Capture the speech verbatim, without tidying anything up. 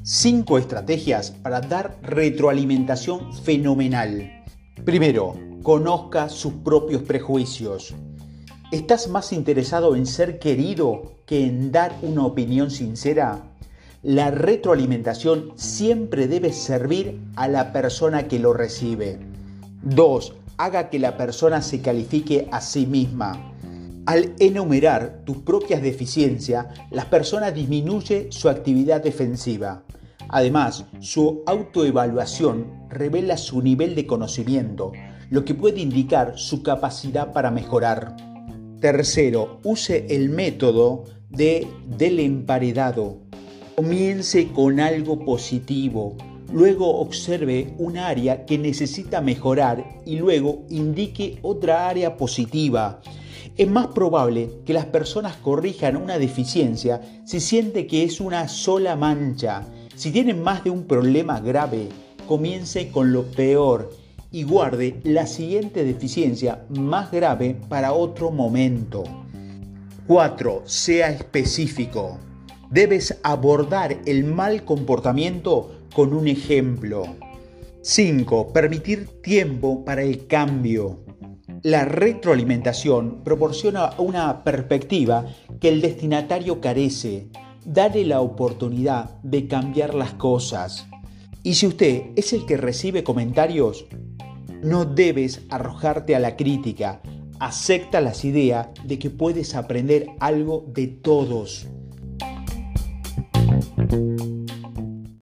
Cinco estrategias para dar retroalimentación fenomenal. Primero, conozca sus propios prejuicios. ¿Estás más interesado en ser querido que en dar una opinión sincera? La retroalimentación siempre debe servir a la persona que lo recibe. Dos. Haga que la persona se califique a sí misma. Al enumerar tus propias deficiencias, la persona disminuye su actividad defensiva. Además, su autoevaluación revela su nivel de conocimiento, lo que puede indicar su capacidad para mejorar. Tercero, use el método de, del emparedado. Comience con algo positivo, luego observe un área que necesita mejorar y luego indique otra área positiva. Es más probable que las personas corrijan una deficiencia si siente que es una sola mancha. Si tienen más de un problema grave, comience con lo peor y guarde la siguiente deficiencia más grave para otro momento. cuatro. Sea específico. Debes abordar el mal comportamiento con un ejemplo. cinco. Permitir tiempo para el cambio. La retroalimentación proporciona una perspectiva que el destinatario carece. Dale la oportunidad de cambiar las cosas. Y si usted es el que recibe comentarios, no debes arrojarte a la crítica. Acepta las ideas de que puedes aprender algo de todos.